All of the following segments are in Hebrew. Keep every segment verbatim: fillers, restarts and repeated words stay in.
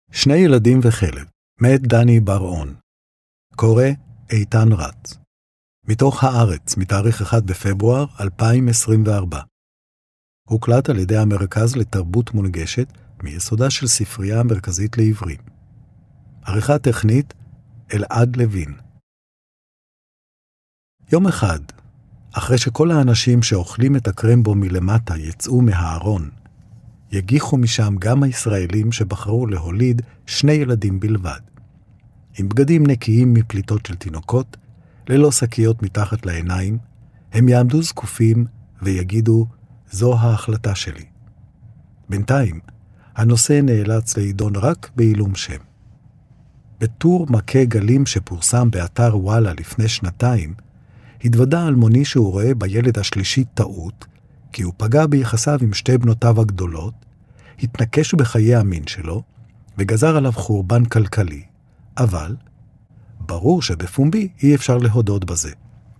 שני ילדים וחלב, מאת דני בר-און. קורא איתן רץ. מתוך הארץ, מתאריך אחד בפברואר אלפיים עשרים וארבע. הוקלט על ידי המרכז לתרבות מונגשת, מיסודה של ספרייה המרכזית לעברים. עריכה טכנית, אלעד לוין. יום אחד, אחרי שכל האנשים שאוכלים את הקרמבו מלמטה יצאו מהארון, יגיחו משם גם הישראלים שבחרו להוליד שני ילדים בלבד. עם בגדים נקיים מפליטות של תינוקות, ללא שקיות מתחת לעיניים, הם יעמדו זקופים ויגידו, זו ההחלטה שלי. בינתיים, הנושא נאלץ להידון רק בעילום שם. בטור מכה גלים שפורסם באתר וואלה לפני שנתיים, התוודע אלמוני שהוא רואה בילד השלישי טעות, כי הוא פגע ביחסיו עם שתי בנותיו הגדולות, התנקש בחיי המין שלו, וגזר עליו חורבן כלכלי. אבל, ברור שבפומבי אי אפשר להודות בזה.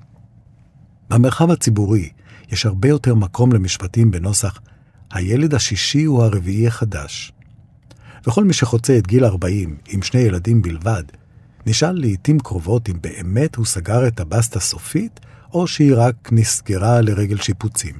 במרחב הציבורי יש הרבה יותר מקום למשפטים בנוסח, הילד השישי הוא הרביעי החדש. וכל מי שחוצה את גיל ארבעים עם שני ילדים בלבד, נשאל לעתים קרובות אם באמת הוא סגר את הבסטה סופית, או שהיא רק נסגרה לרגל שיפוצים.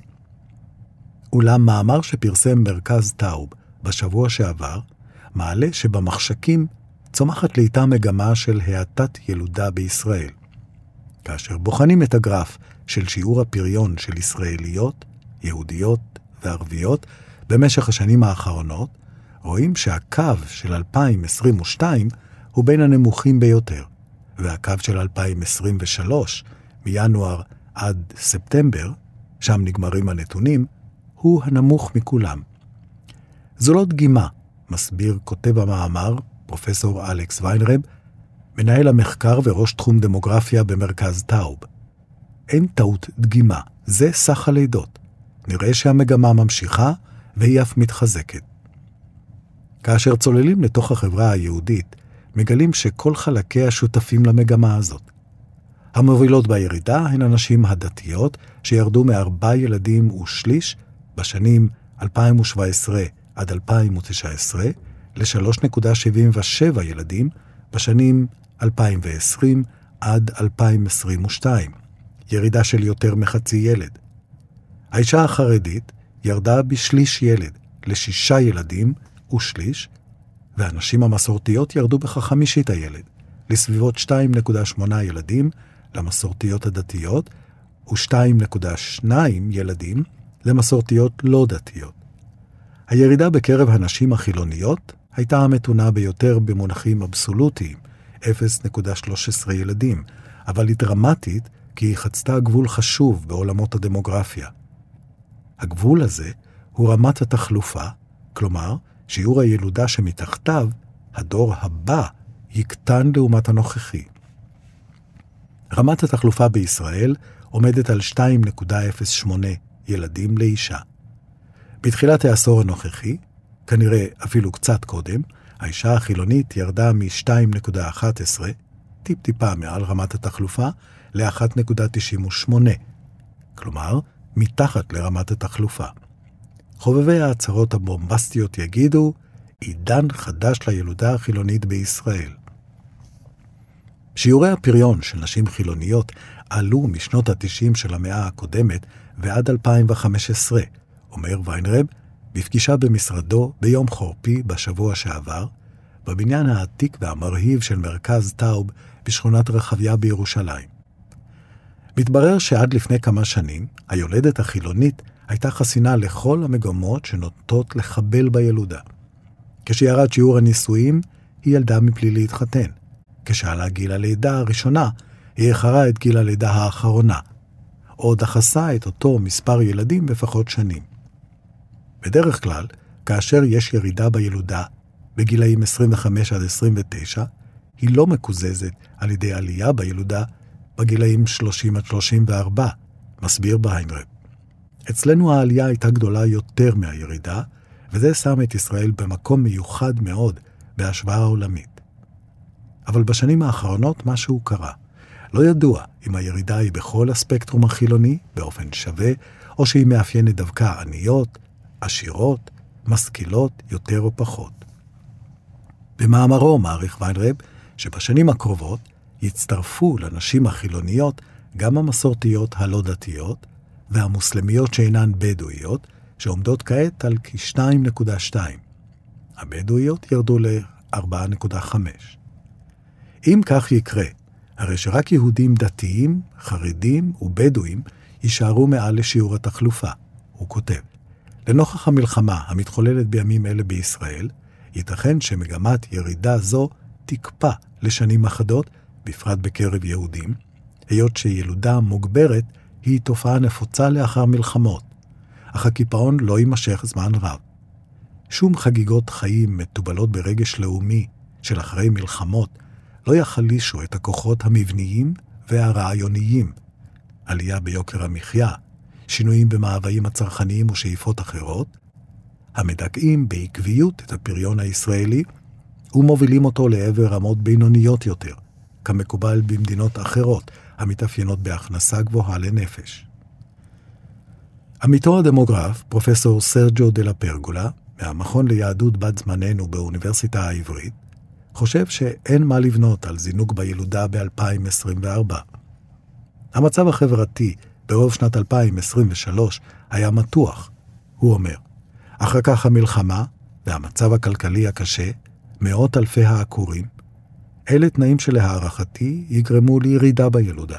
אולם מאמר שפרסם מרכז טאוב בשבוע שעבר, מעלה שבמחשכים צומחת לעיתה מגמה של האטת ילודה בישראל. כאשר בוחנים את הגרף של שיעור הפריון של ישראליות, יהודיות וערביות במשך השנים האחרונות, רואים שהקו של אלפיים עשרים ושתיים הוא בין הנמוכים ביותר, והקו של אלפיים עשרים ושלוש, מינואר עד ספטמבר, שם נגמרים הנתונים, הוא הנמוך מכולם. זו לא דגימה, מסביר כותב המאמר, פרופסור אלכס ויינרב, מנהל המחקר וראש תחום דמוגרפיה במרכז טאוב. אין טעות דגימה, זה סך הלידות. נראה שהמגמה ממשיכה והיא אף מתחזקת. כאשר צוללים לתוך החברה היהודית, מגלים שכל חלקיה שותפים למגמה הזאת. המובילות בירידה הן הנשים הדתיות שירדו מארבע ילדים ושליש בשנים אלפיים שבע עשרה עד אלפיים תשע עשרה ל-שלוש נקודה שבעים ושבע ילדים בשנים אלפיים ועשרים עד אלפיים עשרים ושתיים, ירידה של יותר מחצי ילד. האישה החרדית ירדה בשליש ילד לשישה ילדים ושליש, והנשים המסורתיות ירדו בכחמישית הילד, לסביבות שתיים נקודה שמונה ילדים למסורתיות הדתיות, ו-שתיים נקודה שתיים ילדים למסורתיות לא דתיות. הירידה בקרב הנשים החילוניות הייתה המתונה ביותר במונחים אבסולוטיים, אפס נקודה שלוש עשרה ילדים, אבל היא דרמטית כי היא חצתה גבול חשוב בעולמות הדמוגרפיה. הגבול הזה הוא רמת התחלופה, כלומר, שיעור הילודה שמתחתיו, הדור הבא, יקטן לעומת הנוכחי. רמת התחלופה בישראל עומדת על שתיים נקודה אפס שמונה ילדים לאישה. בתחילת העשור הנוכחי, כנראה אפילו קצת קודם, האישה החילונית ירדה מ-שתיים נקודה אחת עשרה, טיפ-טיפה מעל רמת התחלופה, ל-אחת נקודה תשעים ושמונה, כלומר, מתחת לרמת התחלופה. חובבי ההצהרות הבומבסטיות יגידו, עידן חדש לילודה החילונית בישראל. שיעורי הפריון של נשים חילוניות עלו משנות ה-תשעים של המאה הקודמת ועד אלפיים וחמש עשרה, אומר ויינרב, בפגישה במשרדו ביום חורפי בשבוע שעבר, בבניין העתיק והמרהיב של מרכז טאוב בשכונת רחביה בירושלים. מתברר שעד לפני כמה שנים, היולדת החילונית הייתה חסינה לכל המגמות שנוטות לחבל בילודה. כשירד שיעור הנישואים, היא ילדה מבלי להתחתן. כשעלה גיל הלידה הראשונה, היא איחרה את גיל הלידה האחרונה. עוד דחסה את אותו מספר ילדים בפחות שנים. בדרך כלל, כאשר יש ירידה בילודה בגילאים עשרים וחמש עד עשרים ותשע, היא לא מקוזזת על ידי עלייה בילודה בגילאים שלושים עד שלושים וארבע, מסביר ויינרב. אצלנו העלייה הייתה גדולה יותר מהירידה, וזה שם את ישראל במקום מיוחד מאוד בהשוואה העולמית. אבל בשנים האחרונות משהו קרה. לא ידוע אם הירידה היא בכל הספקטרום החילוני, באופן שווה, או שהיא מאפיינת דווקא עניות, עשירות, משכילות יותר או פחות. במאמרו מעריך ויינרב שבשנים הקרובות יצטרפו לנשים החילוניות גם המסורתיות הלא דתיות והמוסלמיות שאינן בדואיות, שעומדות כעת על כ-שתיים נקודה שתיים. הבדואיות ירדו ל-ארבע נקודה חמש. אם כך יקרה, הרי שרק יהודים דתיים, חרדים ובדואים יישארו מעל לשיעור התחלופה, הוא כותב. לנוכח המלחמה המתחוללת בימים אלה בישראל, ייתכן שמגמת ירידה זו תקפא לשנים אחדות, בפרט בקרב יהודים, היות שילודה מוגברת היא תופעה נפוצה לאחר מלחמות, אך הקיפאון לא יימשך זמן רב. שום חגיגות חיים מטובלות ברגש לאומי של אחרי מלחמות לא יחלישו את הכוחות המבניים והרעיוניים, עלייה ביוקר המחיה, שינויים במאוויים הצרכניים ושאיפות אחרות, המדכאים בעקביות את הפריון הישראלי ומובילים אותו לעבר רמות בינוניות יותר, כמקובל במדינות אחרות המתאפיינות בהכנסה גבוהה לנפש. עמיתו הדמוגרף, פרופסור סרג'ו דה לה פרגולה, מהמכון ליהדות בת זמננו באוניברסיטה העברית, חושב שאין מה לבנות על זינוק בילודה ב-אלפיים עשרים וארבע. המצב החברתי ברוב שנת אלפיים עשרים ושלוש היה מתוח, הוא אומר. אחר כך המלחמה והמצב הכלכלי הקשה, מאות אלפי העקורים, אלה תנאים שלהערכתי יגרמו לירידה בילודה.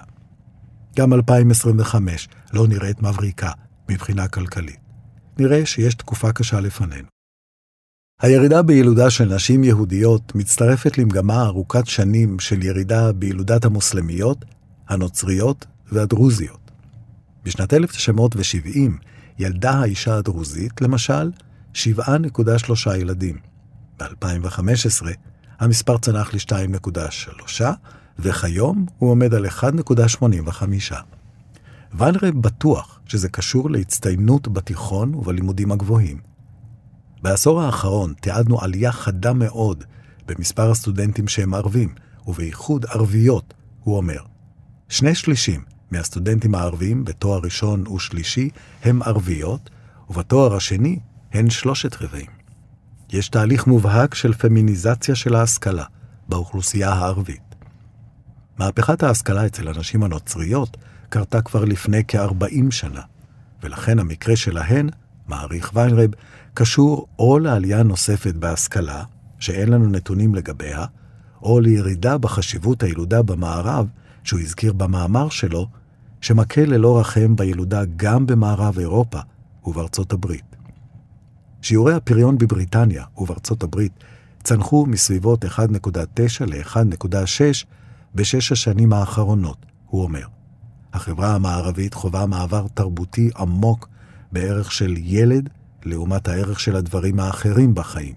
גם אלפיים עשרים וחמש לא נראית מבריקה מבחינה כלכלית. נראה שיש תקופה קשה לפנינו. הירידה בילודה של נשים יהודיות מצטרפת למגמה ארוכת שנים של ירידה בילודת המוסלמיות, הנוצריות והדרוזיות. בשנת אלף תשע מאות שבעים ילדה האישה הדרוזית, למשל, שבע נקודה שלוש ילדים. ב-אלפיים וחמש עשרה המספר צנח ל-שתיים נקודה שלוש, וכיום הוא עומד על אחת נקודה שמונים וחמש. ויינרב בטוח שזה קשור להצטיינות בתיכון ובלימודים הגבוהים. בעשור האחרון תיעדנו עלייה חדה מאוד במספר הסטודנטים שהם ערבים, ובייחוד ערביות, הוא אומר. שני שלישים מהסטודנטים הערבים בתואר ראשון ושלישי הם ערביות, ובתואר השני הן שלושת רבעים. יש תהליך מובהק של פמיניזציה של ההשכלה באוכלוסייה הערבית. מהפכת ההשכלה אצל הנשים הנוצריות קרתה כבר לפני כ-ארבעים שנה, ולכן המקרה שלהן, מעריך ויינרב, קשור או לעלייה נוספת בהשכלה, שאין לנו נתונים לגביה, או לירידה בחשיבות הילודה במערב, שהוא הזכיר במאמר שלו, שמקל ללא רחם בילודה גם במערב אירופה ובארצות הברית. שיעורי הפריון בבריטניה ובארצות הברית צנחו מסביבות אחת נקודה תשע ל-אחת נקודה שש בשש השנים האחרונות, הוא אומר. החברה המערבית חובה מעבר תרבותי עמוק בערך של ילד לעומת הערך של הדברים האחרים בחיים.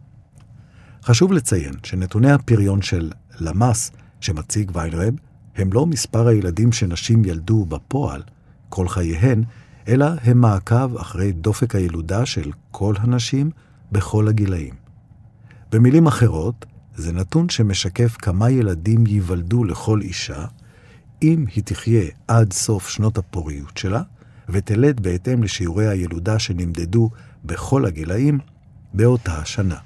חשוב לציין שנתוני הפריון של למ"ס שמציג ויינרב הם לא מספר הילדים שנשים ילדו בפועל כל חייהן, אלא הם מעקב אחרי דופק הילודה של כל הנשים בכל הגילאים. במילים אחרות, זה נתון שמשקף כמה ילדים ייוולדו לכל אישה, אם היא תחיה עד סוף שנות הפוריות שלה, ותלד בהתאם לשיעורי הילודה שנמדדו בכל הגילאים באותה השנה.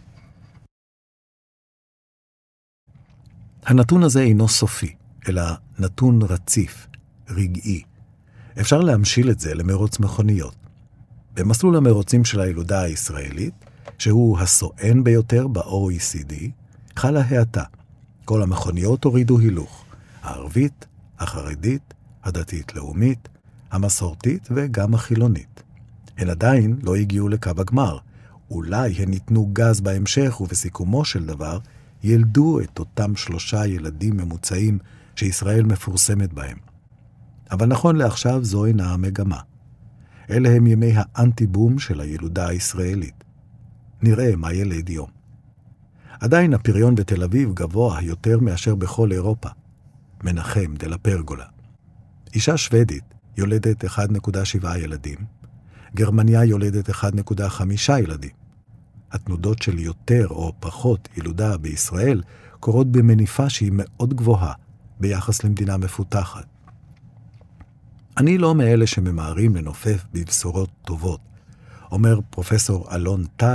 הנתון הזה אינו סופי, אלא נתון רציף, רגעי. אפשר להמשיל את זה למרוץ מכוניות. במסלול המרוצים של הילודה הישראלית, שהוא הסואן ביותר ב-או אי סי די, חלה האטה. כל המכוניות הורידו הילוך. הערבית, החרדית, הדתית-לאומית, המסורתית וגם החילונית. הן עדיין לא הגיעו לקו הגמר. אולי הן ניתנו גז בהמשך ובסיכומו של דבר ילדו את אותם שלושה ילדים ממוצעים שישראל מפורסמת בהם. אבל נכון לעכשיו זו אינה המגמה. אלה הם ימי האנטי-בום של הילודה הישראלית. נראה מה ילד יום. עדיין הפריון בתל אביב גבוה יותר מאשר בכל אירופה. מנחם דה לה פרגולה. אישה שוודית יולדת אחת נקודה שבע ילדים. גרמניה יולדת אחת נקודה חמש ילדים. התנודות של יותר או פחות ילודה בישראל קורות במניפה שהיא מאוד גבוהה ביחס למדינה מפותחת. אני לא מאלה שממהרים לנופף בבשורות טובות, אומר פרופסור אלון טל,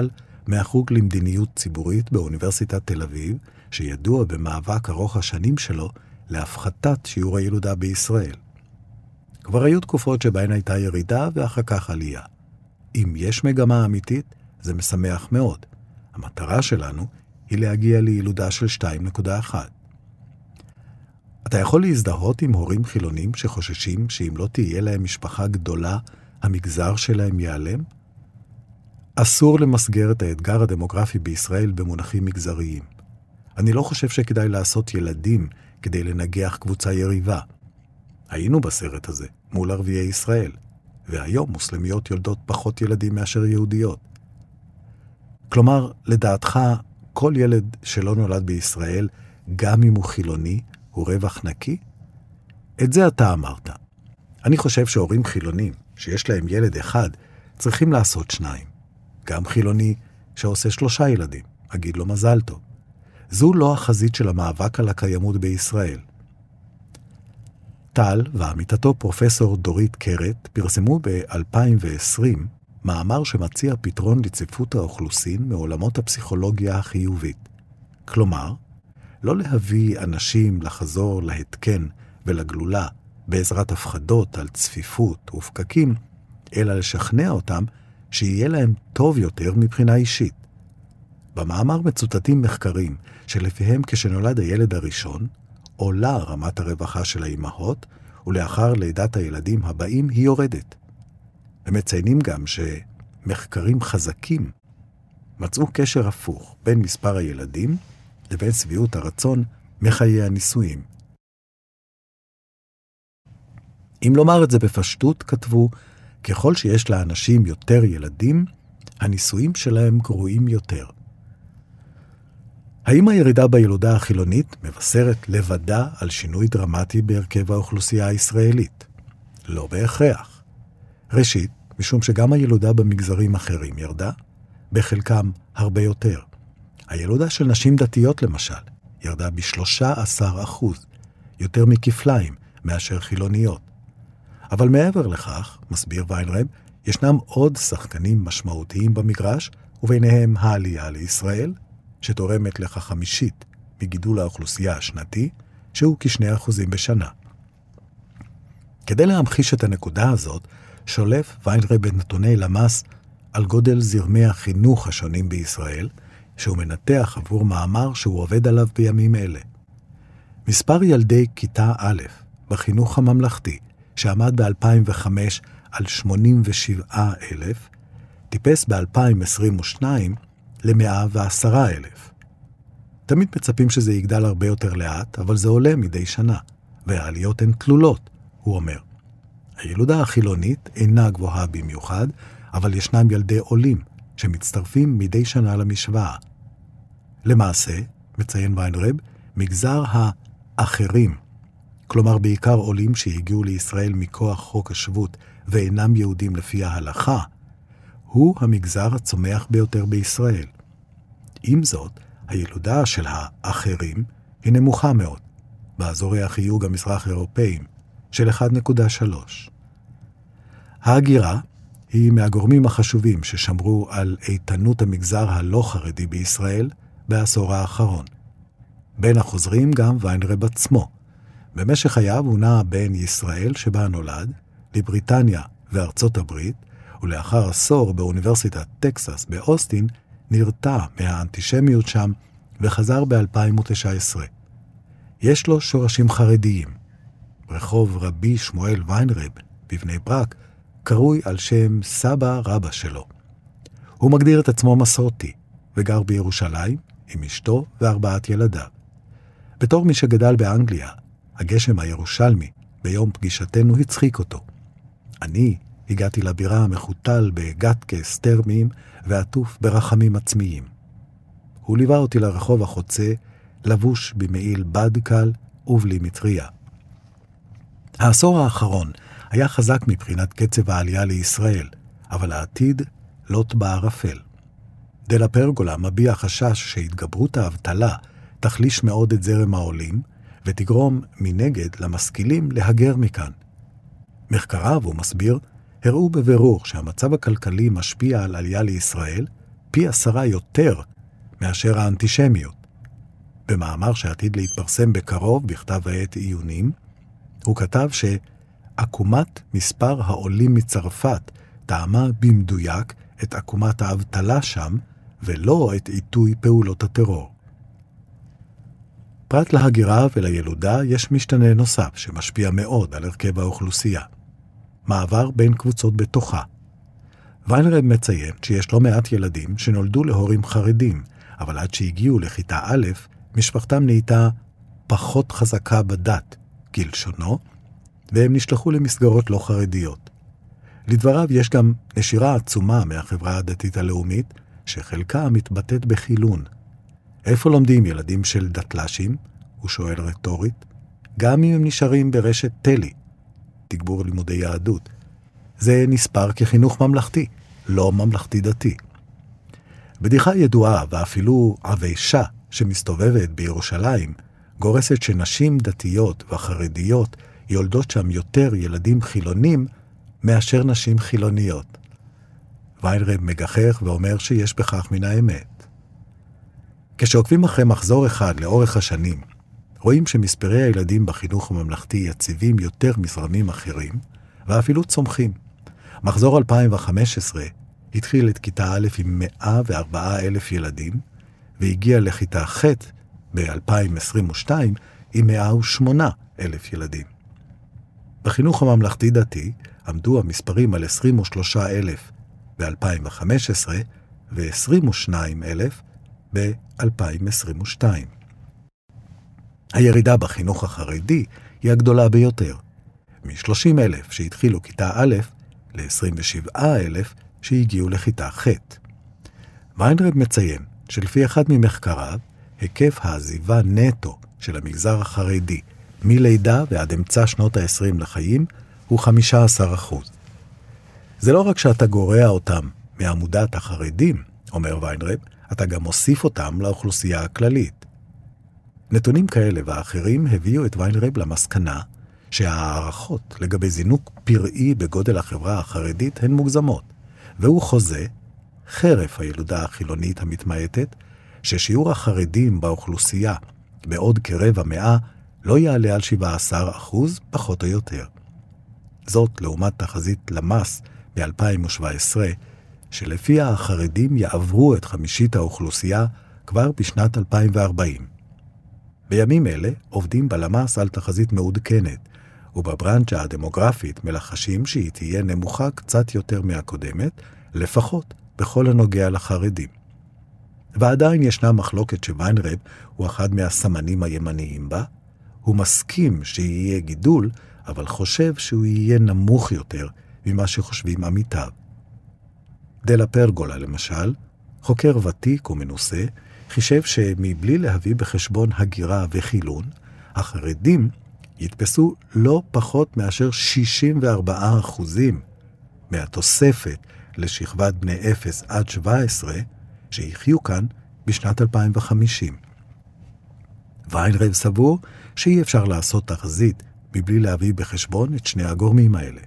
מהחוג למדיניות ציבורית באוניברסיטת תל אביב, שידוע במאבק ארוך השנים שלו להפחתת שיעור הילודה בישראל. כבר היו תקופות שבהן הייתה ירידה ואחר כך עלייה. אם יש מגמה אמיתית, זה משמח מאוד. המטרה שלנו היא להגיע לילודה של שתיים נקודה אחת. אתה יכול להזדהות עם הורים חילונים שחוששים שאם לא תהיה להם משפחה גדולה, המגזר שלהם ייעלם? אסור למסגר את האתגר הדמוגרפי בישראל במונחים מגזריים. אני לא חושב שכדאי לעשות ילדים כדי לנגח קבוצה יריבה. היינו בסרט הזה מול ערביי ישראל, והיום מוסלמיות יולדות פחות ילדים מאשר יהודיות. כלומר, לדעתך, כל ילד שלא נולד בישראל, גם אם הוא חילוני, הוא רווח נקי? את זה אתה אמרת. אני חושב שהורים חילונים, שיש להם ילד אחד, צריכים לעשות שניים. גם חילוני שעושה שלושה ילדים, אגיד לו מזל טוב. זו לא החזית של המאבק על הקיימות בישראל. טל ועמיתתו פרופסור דורית קרת פרסמו ב-אלפיים ועשרים מאמר שמציע פתרון לצפיפות האוכלוסין מעולמות הפסיכולוגיה החיובית. כלומר, לא להביא אנשים לחזור להתקן ולגלולה בעזרת הפחדות על צפיפות ופקקים, אלא לשכנע אותם שיהיה להם טוב יותר מבחינה אישית. במאמר מצוטטים מחקרים שלפיהם כשנולד הילד הראשון, עולה רמת הרווחה של האימהות, ולאחר לידת הילדים הבאים היא יורדת. הם מציינים גם שמחקרים חזקים מצאו קשר הפוך בין מספר הילדים לבין שביעות הרצון מחיי הנישואים. אם לומר את זה בפשטות, כתבו, ככל שיש לאנשים יותר ילדים, הנישואים שלהם גרועים יותר. האם הירידה בילודה החילונית מבשרת לבדה על שינוי דרמטי בהרכב האוכלוסייה הישראלית? לא בהכרח. ראשית, משום שגם הילודה במגזרים אחרים ירדה, בחלקם הרבה יותר. הילודה של נשים דתיות למשל, ירדה ב-שלושה עשר אחוז, יותר מכפליים מאשר חילוניות. אבל מעבר לכך, מסביר ויינרב, ישנם עוד שחקנים משמעותיים במגרש, וביניהם העלייה לישראל, שתורמת לך חמישית מגידול האוכלוסייה השנתי, שהוא כשני אחוזים בשנה. כדי להמחיש את הנקודה הזאת, שולף ויינרב את נתוני למ"ס על גודל זרמי החינוך השונים בישראל, שהוא מנתח עבור מאמר שהוא עובד עליו בימים אלה. מספר ילדי כיתה א' בחינוך הממלכתי, שעמד ב-אלפיים וחמש על שמונים ושבעה אלף, טיפס ב-אלפיים עשרים ושתיים ל-מאה ועשרה אלף. תמיד מצפים שזה יגדל הרבה יותר לאט, אבל זה עולה מדי שנה, והעליות הן תלולות, הוא אומר. הילודה החילונית אינה גבוהה במיוחד, אבל ישנם ילדי עולים שמצטרפים מדי שנה למשוואה. למעשה, מציין ויינרב, מגזר האחרים, כלומר בעיקר עולים שהגיעו לישראל מכוח חוק השבות ואינם יהודים לפי ההלכה, הוא המגזר הצומח ביותר בישראל. עם זאת, הילודה של האחרים היא נמוכה מאוד, באזורי החיוג המזרח אירופאים, של אחת נקודה שלוש. ההגירה היא מהגורמים החשובים ששמרו על איתנות המגזר הלא חרדי בישראל בעשור האחרון. בין החוזרים גם ויינרב עצמו. במשך חייו הוא נע בין ישראל שבה נולד, לבריטניה וארצות הברית, ולאחר עשור באוניברסיטת טקסס באוסטין, נרתע מהאנטישמיות שם וחזר ב-אלפיים ותשע עשרה. יש לו שורשים חרדיים. רחוב רבי שמואל ויינרב בבני ברק קרוי על שם סבא רבא שלו. הוא מגדיר את עצמו מסורתי וגר בירושלים עם אשתו וארבעת ילדיו. בתור מי שגדל באנגליה, הגשם הירושלמי ביום פגישתנו הצחיק אותו. אני הגעתי לבירה המחוטל בגטקס טרמיים ועטוף ברחמים עצמיים. הוא ליווה אותי לרחוב החוצה, לבוש במעיל בד קל ובלי מטריה. העשור האחרון היה חזק מבחינת קצב העלייה לישראל, אבל העתיד לוט בערפל. דלה פרגולה מביע חשש שהתגברות האבטלה תחליש מאוד את זרם העולים, ותגרום מנגד למשכילים להגר מכאן. מחקריו, הוא מסביר, הראו בבירור שהמצב הכלכלי משפיע על עלייה לישראל, פי עשרה יותר מאשר האנטישמיות. במאמר שעתיד להתפרסם בקרוב בכתב העת עיונים, הוא כתב שעקומת מספר העולים מצרפת טעמה במדויק את עקומת האבטלה שם, ולא את עיתוי פעולות הטרור. פרט להגירה ולילודה יש משתנה נוסף שמשפיע מאוד על הרכב האוכלוסייה. מעבר בין קבוצות בתוכה. ויינרב מציין שיש לא מעט ילדים שנולדו להורים חרדים, אבל עד שהגיעו לכיתה א', משפחתם נהייתה פחות חזקה בדת, כלשונו, והם נשלחו למסגרות לא חרדיות. לדבריו יש גם נשירה עצומה מהחברה הדתית הלאומית, שחלקה מתבטאת בחילון. איפה לומדים ילדים של דתל"שים? הוא שואל רטורית. גם אם הם נשארים ברשת טלי, תגבור לימודי יהדות. זה נספר כחינוך ממלכתי, לא ממלכתי דתי. בדיחה ידועה ואפילו עבשה שמסתובבת בירושלים, גורסת שנשים דתיות וחרדיות יולדות שם יותר ילדים חילונים מאשר נשים חילוניות. ויינרב מגחך ואומר שיש בכך מן האמת. כשעוקבים אחרי מחזור אחד לאורך השנים, רואים שמספרי הילדים בחינוך הממלכתי יציבים יותר מזרמים אחרים, ואפילו צומחים. מחזור אלפיים וחמש עשרה התחיל את כיתה א' עם מאה וארבעה אלף ילדים, והגיע לכיתה ח' ב-אלפיים עשרים ושתיים עם מאה ושמונה אלף ילדים. בחינוך הממלכתי דתי עמדו המספרים על עשרים ושלושה אלף ב-אלפיים וחמש עשרה ו-עשרים ושניים אלף ב-אלפיים עשרים ושתיים. הירידה בחינוך החרדי היא הגדולה ביותר, מ-שלושים אלף שהתחילו כיתה א' ל-עשרים ושבעה אלף שהגיעו לכיתה ח'. ויינרב מציין שלפי אחד ממחקריו, היקף העזיבה נטו של המגזר החרדי מלידה ועד אמצע שנות ה-עשרים לחיים הוא חמישה עשר אחוז. זה לא רק שאתה גורע אותם מעמודת החרדים, אומר ויינרב, אתה גם מוסיף אותם לאוכלוסייה הכללית. נתונים כאלה ואחרים הביאו את ויינרב למסקנה שהערכות לגבי זינוק פראי בגודל החברה החרדית הן מוגזמות, והוא חוזה, חרף הילודה החילונית המתמעטת, ששיעור החרדים באוכלוסייה בעוד כרבע מאה לא יעלה על שבעה עשר אחוז פחות או יותר. זאת לעומת תחזית למ"ס ב-אלפיים שבע עשרה, שלפיה החרדים יעברו את חמישית האוכלוסייה כבר בשנת אלפיים וארבעים. בימים אלה עובדים בלמ"ס על תחזית מעודכנת, ובברנצ'ה הדמוגרפית מלחשים שהיא תהיה נמוכה קצת יותר מהקודמת, לפחות בכל הנוגע לחרדים. ועדיין ישנה מחלוקת שוויינרב הוא אחד מהסמנים הימניים בה. הוא מסכים שיהיה גידול, אבל חושב שהוא יהיה נמוך יותר ממה שחושבים עמיתיו. דלה פרגולה למשל, חוקר ותיק ומנוסה, חישב שמבלי להביא בחשבון הגירה וחילון, החרדים יתפסו לא פחות מאשר שישים וארבעה אחוזים מהתוספת לשכבת בני אפס עד שבע עשרה שיחיו כאן בשנת אלפיים וחמישים. ויינרב סבור שאי אפשר לעשות תחזית מבלי להביא בחשבון את שני הגורמים האלה.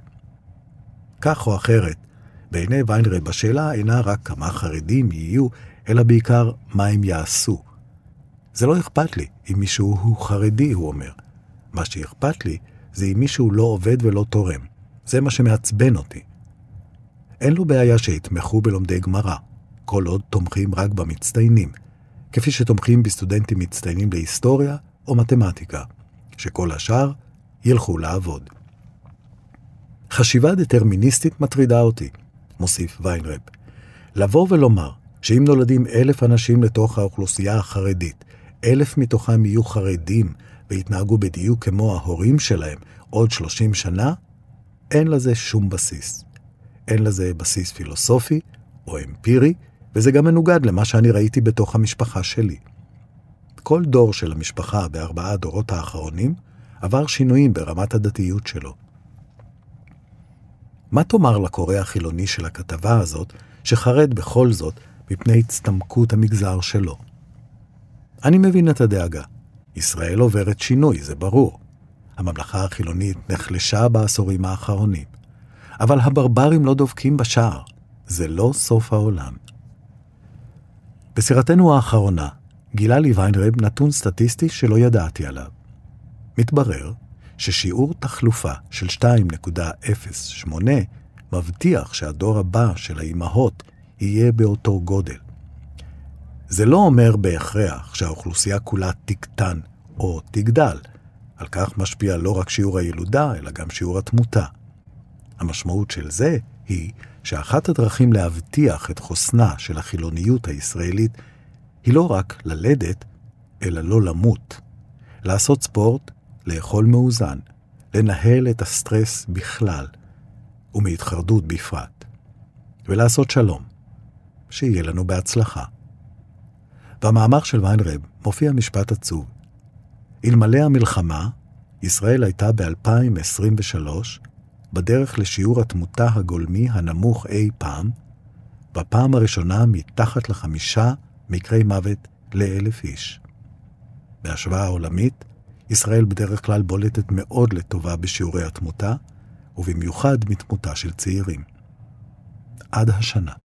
כך או אחרת, בעיני ויינרב השאלה אינה רק כמה חרדים יהיו, אלא בעיקר מה הם יעשו. זה לא אכפת לי אם מישהו הוא חרדי, הוא אומר. מה שאכפת לי זה אם מישהו לא עובד ולא תורם. זה מה שמעצבן אותי. אין לו בעיה שיתמכו בלומדי גמרא, כל עוד תומכים רק במצטיינים, כפי שתומכים בסטודנטים מצטיינים להיסטוריה או מתמטיקה, שכל השאר ילכו לעבוד. חשיבה דטרמיניסטית מטרידה אותי, מוסיף ויינרב. לבוא ולומר שאם נולדים אלף אנשים לתוך האוכלוסייה החרדית, אלף מתוכם יהיו חרדים והתנהגו בדיוק כמו ההורים שלהם עוד שלושים שנה, אין לזה שום בסיס. אין לזה בסיס פילוסופי או אמפירי, וזה גם מנוגד למה שאני ראיתי בתוך המשפחה שלי. כל דור של המשפחה בארבעה דורות האחרונים עבר שינויים ברמת הדתיות שלו. מה תאמר לקורא החילוני של הכתבה הזאת, שחרד בכל זאת מפני הצטמקות המגזר שלו? אני מבין את הדאגה. ישראל עוברת שינוי, זה ברור. הממלכה החילונית נחלשה בעשורים האחרונים. אבל הברברים לא דופקים בשער. זה לא סוף העולם. בסרטנו האחרונה גילה לי ויינרב נתון סטטיסטי שלא ידעתי עליו. מתברר ששיעור תחלופה של שתיים נקודה אפס שמונה מבטיח שהדור הבא של האימהות יהיה באותו גודל. זה לא אומר בהכרח שהאוכלוסייה כולה תקטן או תגדל. על כך משפיע לא רק שיעור הילודה, אלא גם שיעור התמותה. המשמעות של זה היא שאחת הדרכים להבטיח את חוסנה של החילוניות הישראלית היא לא רק ללדת, אלא לא למות. לעשות ספורט, לאכול מאוזן, לנהל את הסטרס בכלל, ומהתחרדות בפרט. ולעשות שלום. שיהיה לנו בהצלחה. במאמר של ויינרב מופיע משפט עצוב. אלמלא המלחמה, ישראל הייתה ב-אלפיים עשרים ושלוש בדרך לשיעור התמותה הגולמי הנמוך אי פעם, בפעם הראשונה מתחת לחמישה מקרי מוות לאלף איש. בהשוואה העולמית, ישראל בדרך כלל בולטת מאוד לטובה בשיעורי התמותה, ובמיוחד מתמותה של צעירים. עד השנה.